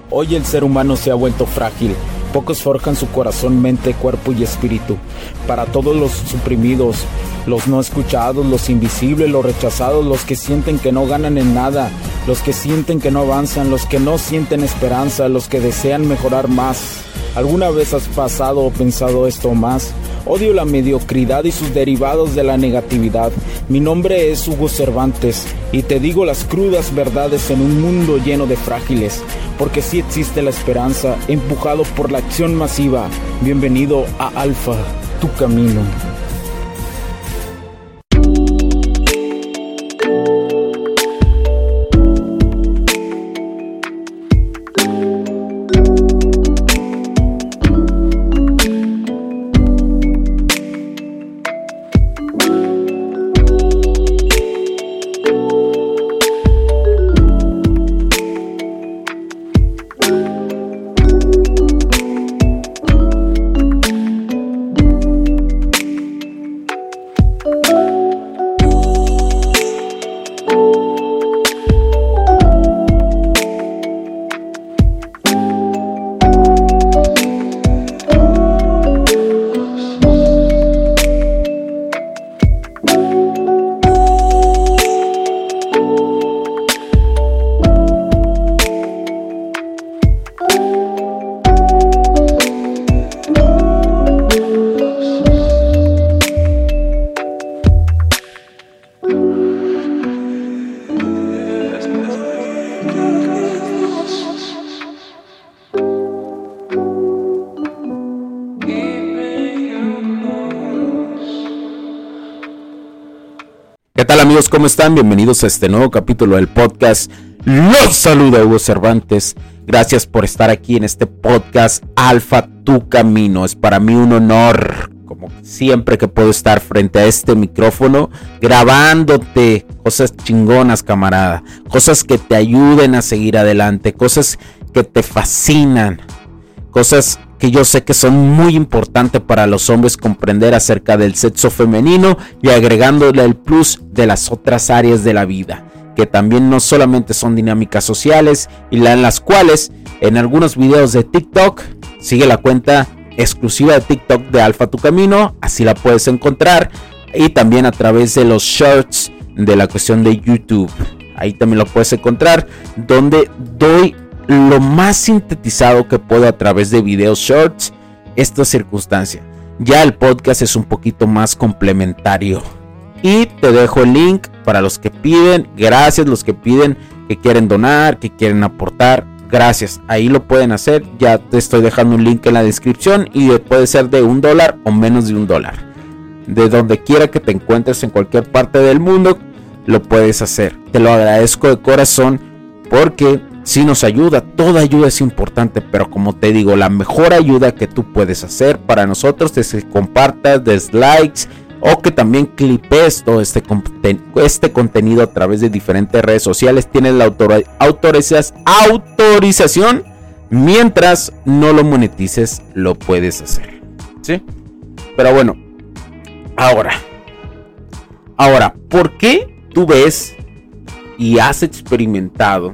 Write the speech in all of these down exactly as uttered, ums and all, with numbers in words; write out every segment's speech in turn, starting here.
Hoy el ser humano se ha vuelto frágil. Pocos forjan su corazón, mente, cuerpo y espíritu. Para todos los suprimidos, los no escuchados, los invisibles, los rechazados, los que sienten que no ganan en nada, los que sienten que no avanzan, los que no sienten esperanza, los que desean mejorar más. ¿Alguna vez has pasado o pensado esto más? Odio la mediocridad y sus derivados de la negatividad. Mi nombre es Hugo Cervantes y te digo las crudas verdades en un mundo lleno de frágiles, porque sí existe la esperanza, empujado por la acción masiva. Bienvenido a Alfa, tu camino. ¿Qué tal, amigos? ¿Cómo están? Bienvenidos a este nuevo capítulo del podcast. Los saluda Hugo Cervantes. Gracias por estar aquí en este podcast Alfa, tu camino. Es para mí un honor, como siempre, que puedo estar frente a este micrófono grabándote cosas chingonas, camarada. Cosas que te ayuden a seguir adelante, cosas que te fascinan, cosas que yo sé que son muy importantes para los hombres comprender acerca del sexo femenino y agregándole el plus de las otras áreas de la vida, que también no solamente son dinámicas sociales y la, en las cuales en algunos videos de TikTok, sigue la cuenta exclusiva de TikTok de Alfa Tu Camino, así la puedes encontrar, y también a través de los shorts de la cuestión de YouTube, ahí también lo puedes encontrar, donde doy lo más sintetizado que puedo a través de videos shorts esta circunstancia. Ya el podcast es un poquito más complementario y te dejo el link para los que piden. Gracias, los que piden, que quieren donar, que quieren aportar, gracias, ahí lo pueden hacer. Ya te estoy dejando un link en la descripción y puede ser de un dólar o menos de un dólar. De donde quiera que te encuentres en cualquier parte del mundo lo puedes hacer. Te lo agradezco de corazón porque si nos ayuda, toda ayuda es importante, pero como te digo, la mejor ayuda que tú puedes hacer para nosotros es que compartas, des likes o que también clipes todo este, conten- este contenido a través de diferentes redes sociales. Tienes la autor- autorizas- autorización, mientras no lo monetices, lo puedes hacer, ¿sí? Pero bueno, ahora, ahora, ¿por qué tú ves y has experimentado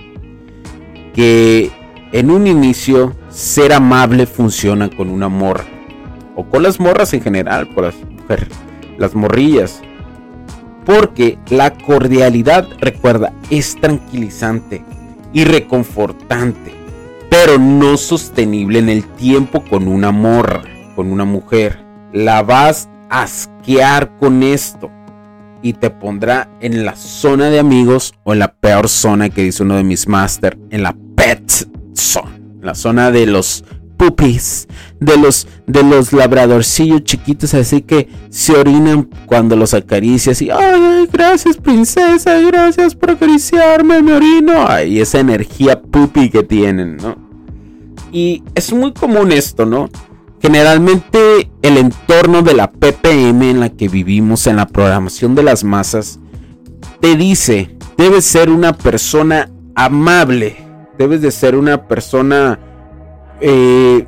que en un inicio ser amable funciona con una morra o con las morras en general, con las mujeres, las morrillas? Porque la cordialidad, recuerda, es tranquilizante y reconfortante, pero no sostenible en el tiempo con una morra, con una mujer. La vas a asquear con esto y te pondrá en la zona de amigos o en la peor zona, que dice uno de mis máster, en la pet zone, la zona de los puppies, de los de los labradorcillos chiquitos, así que se orinan cuando los acaricias y ay, gracias princesa, gracias por acariciarme, me orino. Ay, esa energía puppy que tienen, ¿no? Y es muy común esto, ¿no? Generalmente el entorno de la P P M en la que vivimos, en la programación de las masas, te dice, debes ser una persona amable, debes de ser una persona, eh,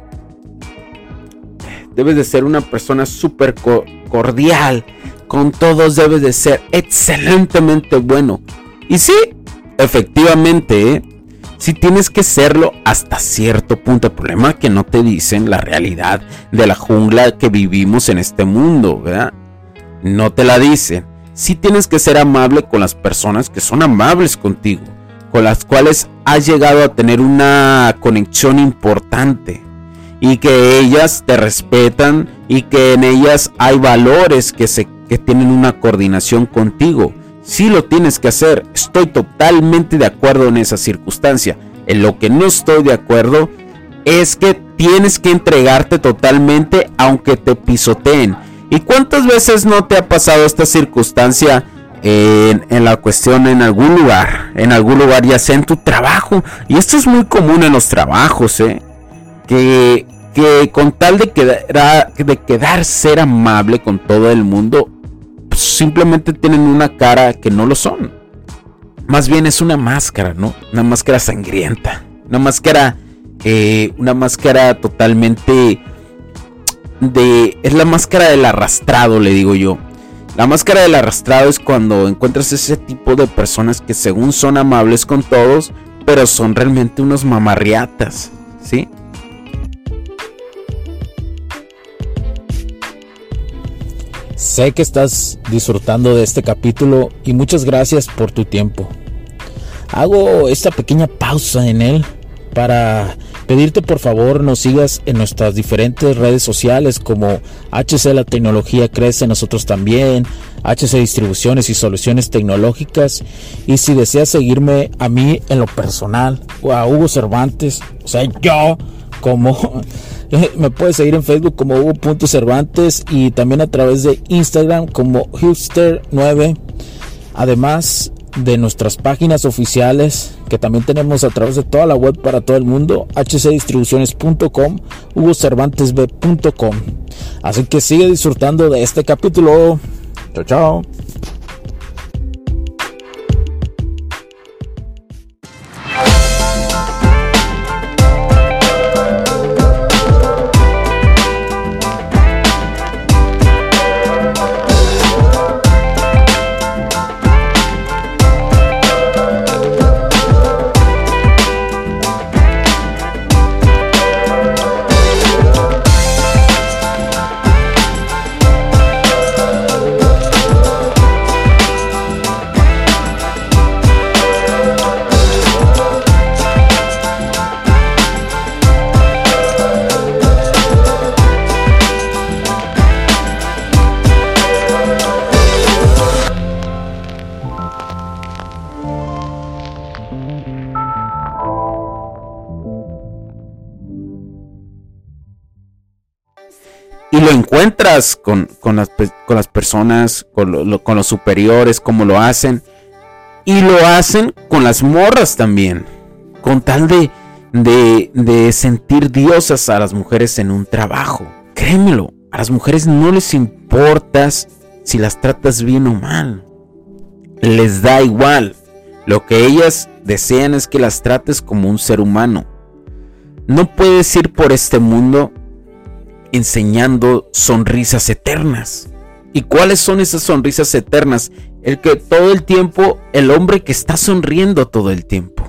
debes de ser una persona súper co- cordial, con todos debes de ser excelentemente bueno. Y sí, efectivamente, ¿eh? Sí tienes que serlo hasta cierto punto. El problema es que no te dicen la realidad de la jungla que vivimos en este mundo, ¿verdad? No te la dicen. Sí tienes que ser amable con las personas que son amables contigo, con las cuales has llegado a tener una conexión importante y que ellas te respetan y que en ellas hay valores que, se, que tienen una coordinación contigo. Sí lo tienes que hacer, estoy totalmente de acuerdo en esa circunstancia. En lo que no estoy de acuerdo es que tienes que entregarte totalmente aunque te pisoteen. ¿Y cuántas veces no te ha pasado esta circunstancia en, en la cuestión en algún lugar? En algún lugar, ya sea en tu trabajo. Y esto es muy común en los trabajos, ¿eh? Que, que con tal de quedar, de quedar ser amable con todo el mundo, simplemente tienen una cara que no lo son. Más bien es una máscara, ¿no? Una máscara sangrienta. Una máscara, eh, una máscara totalmente de... Es la máscara del arrastrado, le digo yo. La máscara del arrastrado es cuando encuentras ese tipo de personas que según son amables con todos, pero son realmente unos mamarriatas, ¿sí? Sé que estás disfrutando de este capítulo y muchas gracias por tu tiempo. Hago esta pequeña pausa en él para pedirte por favor nos sigas en nuestras diferentes redes sociales como H C La Tecnología Crece, nosotros también, H C Distribuciones y Soluciones Tecnológicas. Y si deseas seguirme a mí en lo personal o a Hugo Cervantes, o sea yo como... Me puedes seguir en Facebook como Hugo punto Cervantes y también a través de Instagram como Hipster nueve. Además de nuestras páginas oficiales que también tenemos a través de toda la web para todo el mundo, h c distribuciones punto com, hugo cervantes b punto com. Así que sigue disfrutando de este capítulo. Chao, chao. Y lo encuentras con, con, las, con las personas, con, lo, con los superiores, como lo hacen. Y lo hacen con las morras también. Con tal de, de, de sentir diosas a las mujeres en un trabajo. Créemelo, a las mujeres no les importas si las tratas bien o mal. Les da igual. Lo que ellas desean es que las trates como un ser humano. No puedes ir por este mundo enseñando sonrisas eternas. ¿Y cuáles son esas sonrisas eternas? El que todo el tiempo, el hombre que está sonriendo todo el tiempo.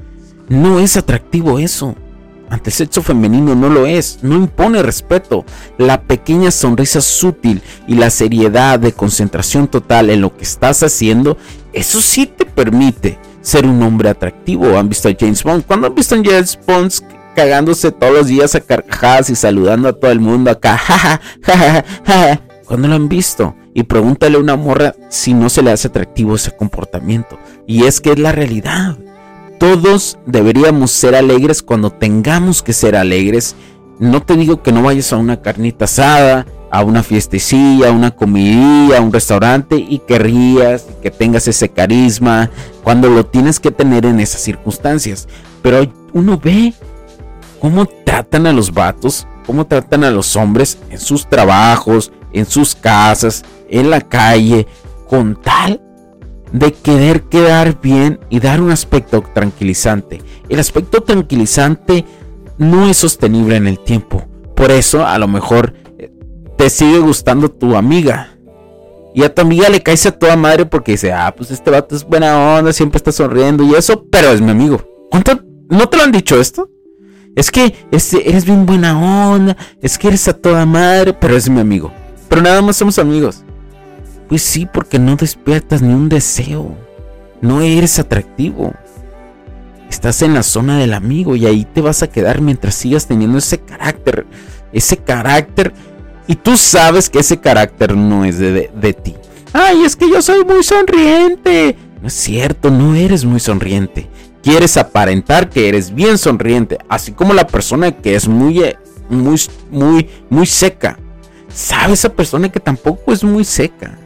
No es atractivo eso. Ante el sexo femenino no lo es. No impone respeto. La pequeña sonrisa sutil y la seriedad de concentración total en lo que estás haciendo, eso sí te permite ser un hombre atractivo. ¿Han visto a James Bond? ¿Cuándo han visto a James Bond cagándose todos los días a carcajadas y saludando a todo el mundo acá? Ja, ja, ja, ja. ¿Cuándo lo han visto? Y pregúntale a una morra si no se le hace atractivo ese comportamiento. Y es que es la realidad. Todos deberíamos ser alegres cuando tengamos que ser alegres. No te digo que no vayas a una carnita asada, a una fiestecilla, a una comidilla, a un restaurante y que rías, que tengas ese carisma cuando lo tienes que tener en esas circunstancias. Pero uno ve cómo tratan a los vatos, cómo tratan a los hombres en sus trabajos, en sus casas, en la calle, con tal de querer quedar bien y dar un aspecto tranquilizante. El aspecto tranquilizante no es sostenible en el tiempo. Por eso a lo mejor te sigue gustando tu amiga y a tu amiga le caes a toda madre porque dice, ah, pues este vato es buena onda, siempre está sonriendo y eso, pero es mi amigo. ¿Cuánto, ¿No te lo han dicho esto? Es que este, eres bien buena onda, es que eres a toda madre, pero es mi amigo. Pero nada más somos amigos. Pues sí, porque no despiertas ni un deseo. No eres atractivo. Estás en la zona del amigo y ahí te vas a quedar mientras sigas teniendo ese carácter. Ese carácter. Y tú sabes que ese carácter no es de, de, de ti. Ay, es que yo soy muy sonriente. No es cierto, no eres muy sonriente. Quieres aparentar que eres bien sonriente, así como la persona que es muy, muy, muy, muy seca. ¿Sabe esa persona que tampoco es muy seca?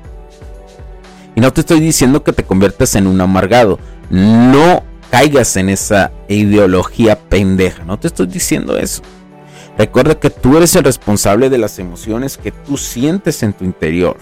Y no te estoy diciendo que te conviertas en un amargado. No caigas en esa ideología pendeja. No te estoy diciendo eso. Recuerda que tú eres el responsable de las emociones que tú sientes en tu interior.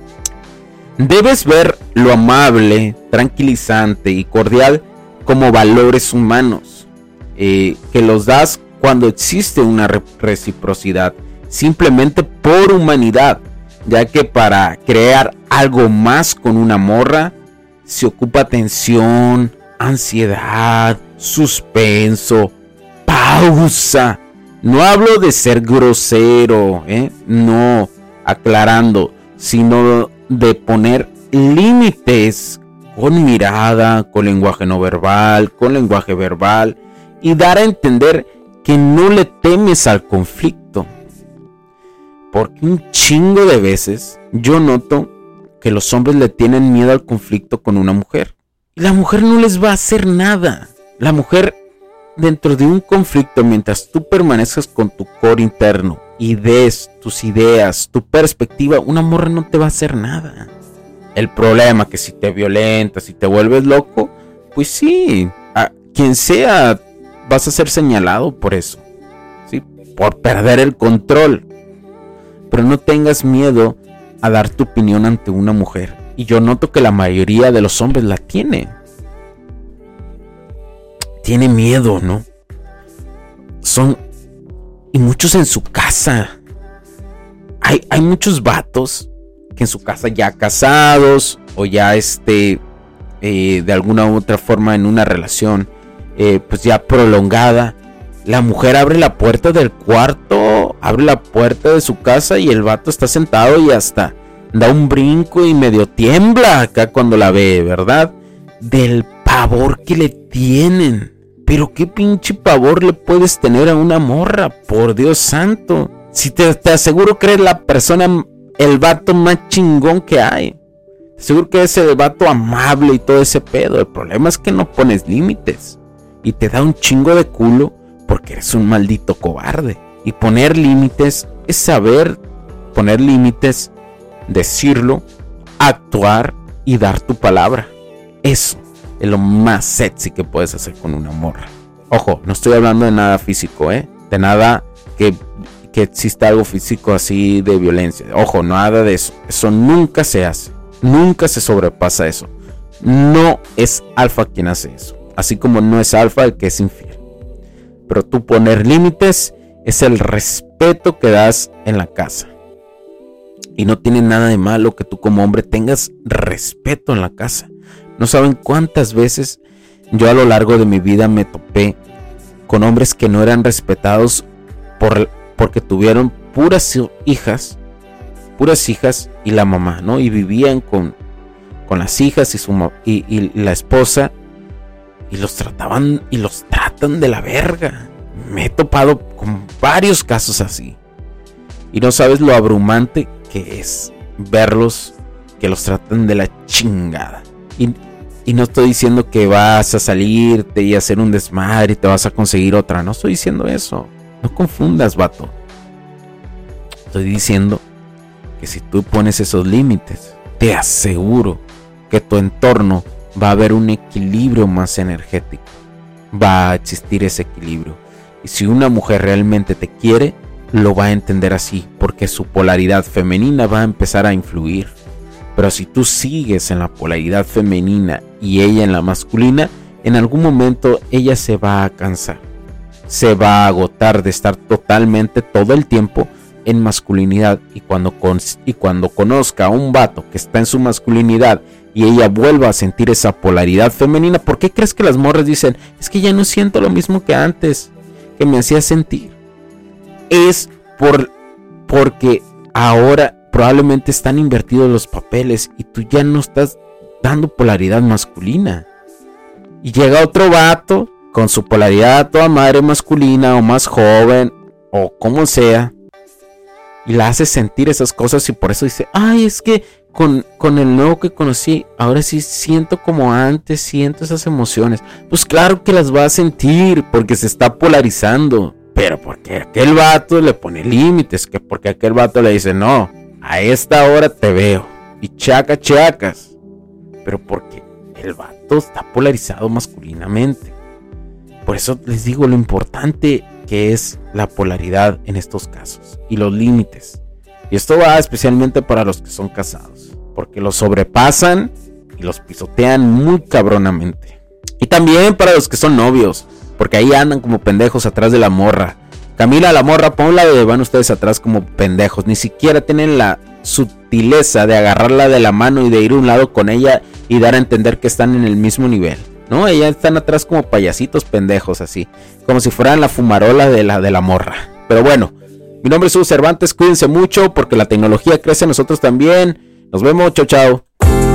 Debes ver lo amable, tranquilizante y cordial como valores humanos, eh, que los das cuando existe una re- reciprocidad, simplemente por humanidad, ya que para crear algo más con una morra se ocupa tensión, ansiedad, suspenso, pausa. No hablo de ser grosero, ¿eh? No, aclarando, sino de poner límites con mirada, con lenguaje no verbal, con lenguaje verbal, y dar a entender que no le temes al conflicto. Porque un chingo de veces yo noto que los hombres le tienen miedo al conflicto con una mujer. Y la mujer no les va a hacer nada. La mujer, dentro de un conflicto, mientras tú permanezcas con tu core interno y des tus ideas, tu perspectiva, una morra no te va a hacer nada. El problema que si te violentas, si te vuelves loco, pues sí, a quien sea vas a ser señalado por eso, ¿sí? Por perder el control. Pero no tengas miedo a dar tu opinión ante una mujer. Y yo noto que la mayoría de los hombres la tiene. Tiene miedo, ¿no? Son... Y muchos en su casa. Hay, hay muchos vatos que en su casa ya casados o ya este eh, de alguna u otra forma en una relación eh, pues ya prolongada, la mujer abre la puerta del cuarto, abre la puerta de su casa y el vato está sentado y hasta da un brinco y medio tiembla acá cuando la ve, ¿verdad? Del pavor que le tienen. Pero qué pinche pavor le puedes tener a una morra, por Dios santo. Si te, te aseguro que eres la persona, el vato más chingón que hay. Seguro que es el vato amable y todo ese pedo. El problema es que no pones límites. Y te da un chingo de culo porque eres un maldito cobarde. Y poner límites es saber poner límites, decirlo, actuar y dar tu palabra. Eso es lo más sexy que puedes hacer con una morra. Ojo, no estoy hablando de nada físico, ¿eh? De nada que... que exista algo físico así de violencia. Ojo, nada de eso. Eso nunca se hace. Nunca se sobrepasa eso. No es alfa quien hace eso. Así como no es alfa el que es infiel. Pero tú poner límites es el respeto que das en la casa. Y no tiene nada de malo que tú como hombre tengas respeto en la casa. No saben cuántas veces yo a lo largo de mi vida me topé con hombres que no eran respetados por porque tuvieron puras hijas, puras hijas y la mamá, ¿no? Y vivían con, con las hijas y, su, y, y la esposa y los trataban y los tratan de la verga. Me he topado con varios casos así. Y no sabes lo abrumante que es verlos que los tratan de la chingada. Y, y no estoy diciendo que vas a salirte y hacer un desmadre y te vas a conseguir otra. No estoy diciendo eso. No confundas, vato. Estoy diciendo que si tú pones esos límites, te aseguro que tu entorno va a haber un equilibrio más energético. Va a existir ese equilibrio. Y si una mujer realmente te quiere, lo va a entender así, porque su polaridad femenina va a empezar a influir. Pero si tú sigues en la polaridad femenina y ella en la masculina, en algún momento ella se va a cansar. Se va a agotar de estar totalmente todo el tiempo en masculinidad. Y cuando, con, y cuando conozca a un vato que está en su masculinidad y ella vuelva a sentir esa polaridad femenina. ¿Por qué crees que las morras dicen, es que ya no siento lo mismo que antes, que me hacía sentir? Es por, porque ahora probablemente están invertidos los papeles y tú ya no estás dando polaridad masculina. Y llega otro vato con su polaridad a toda madre masculina o más joven o como sea, y la hace sentir esas cosas, y por eso dice, ay, es que con, con el nuevo que conocí, ahora sí siento como antes, siento esas emociones. Pues claro que las va a sentir, porque se está polarizando. Pero porque aquel vato le pone límites, que porque aquel vato le dice, no, a esta hora te veo, y chaca chacas. Pero porque el vato está polarizado masculinamente. Por eso les digo lo importante que es la polaridad en estos casos y los límites. Y esto va especialmente para los que son casados, porque los sobrepasan y los pisotean muy cabronamente. Y también para los que son novios, porque ahí andan como pendejos atrás de la morra. Camila, la morra, ponla de van ustedes atrás como pendejos. Ni siquiera tienen la sutileza de agarrarla de la mano y de ir a un lado con ella y dar a entender que están en el mismo nivel. No, ellas están atrás como payasitos pendejos así, como si fueran la fumarola de la, de la morra. Pero bueno, mi nombre es Hugo Cervantes, cuídense mucho porque la tecnología crece en nosotros también. Nos vemos, chao chao.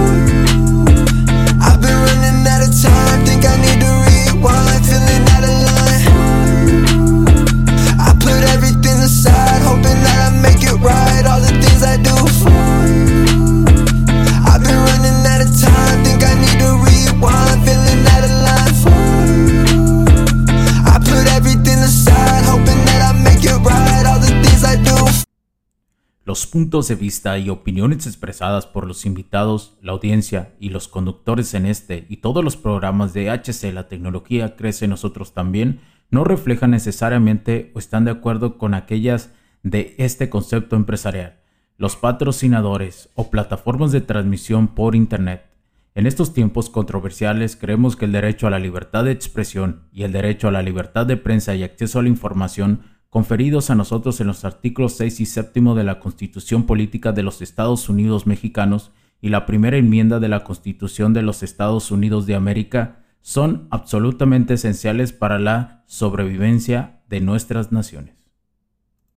Los puntos de vista y opiniones expresadas por los invitados, la audiencia y los conductores en este y todos los programas de H C La Tecnología Crece en Nosotros También no reflejan necesariamente o están de acuerdo con aquellas de este concepto empresarial, los patrocinadores o plataformas de transmisión por Internet. En estos tiempos controversiales creemos que el derecho a la libertad de expresión y el derecho a la libertad de prensa y acceso a la información conferidos a nosotros en los artículos seis y séptimo de la Constitución Política de los Estados Unidos Mexicanos y la primera enmienda de la Constitución de los Estados Unidos de América son absolutamente esenciales para la sobrevivencia de nuestras naciones.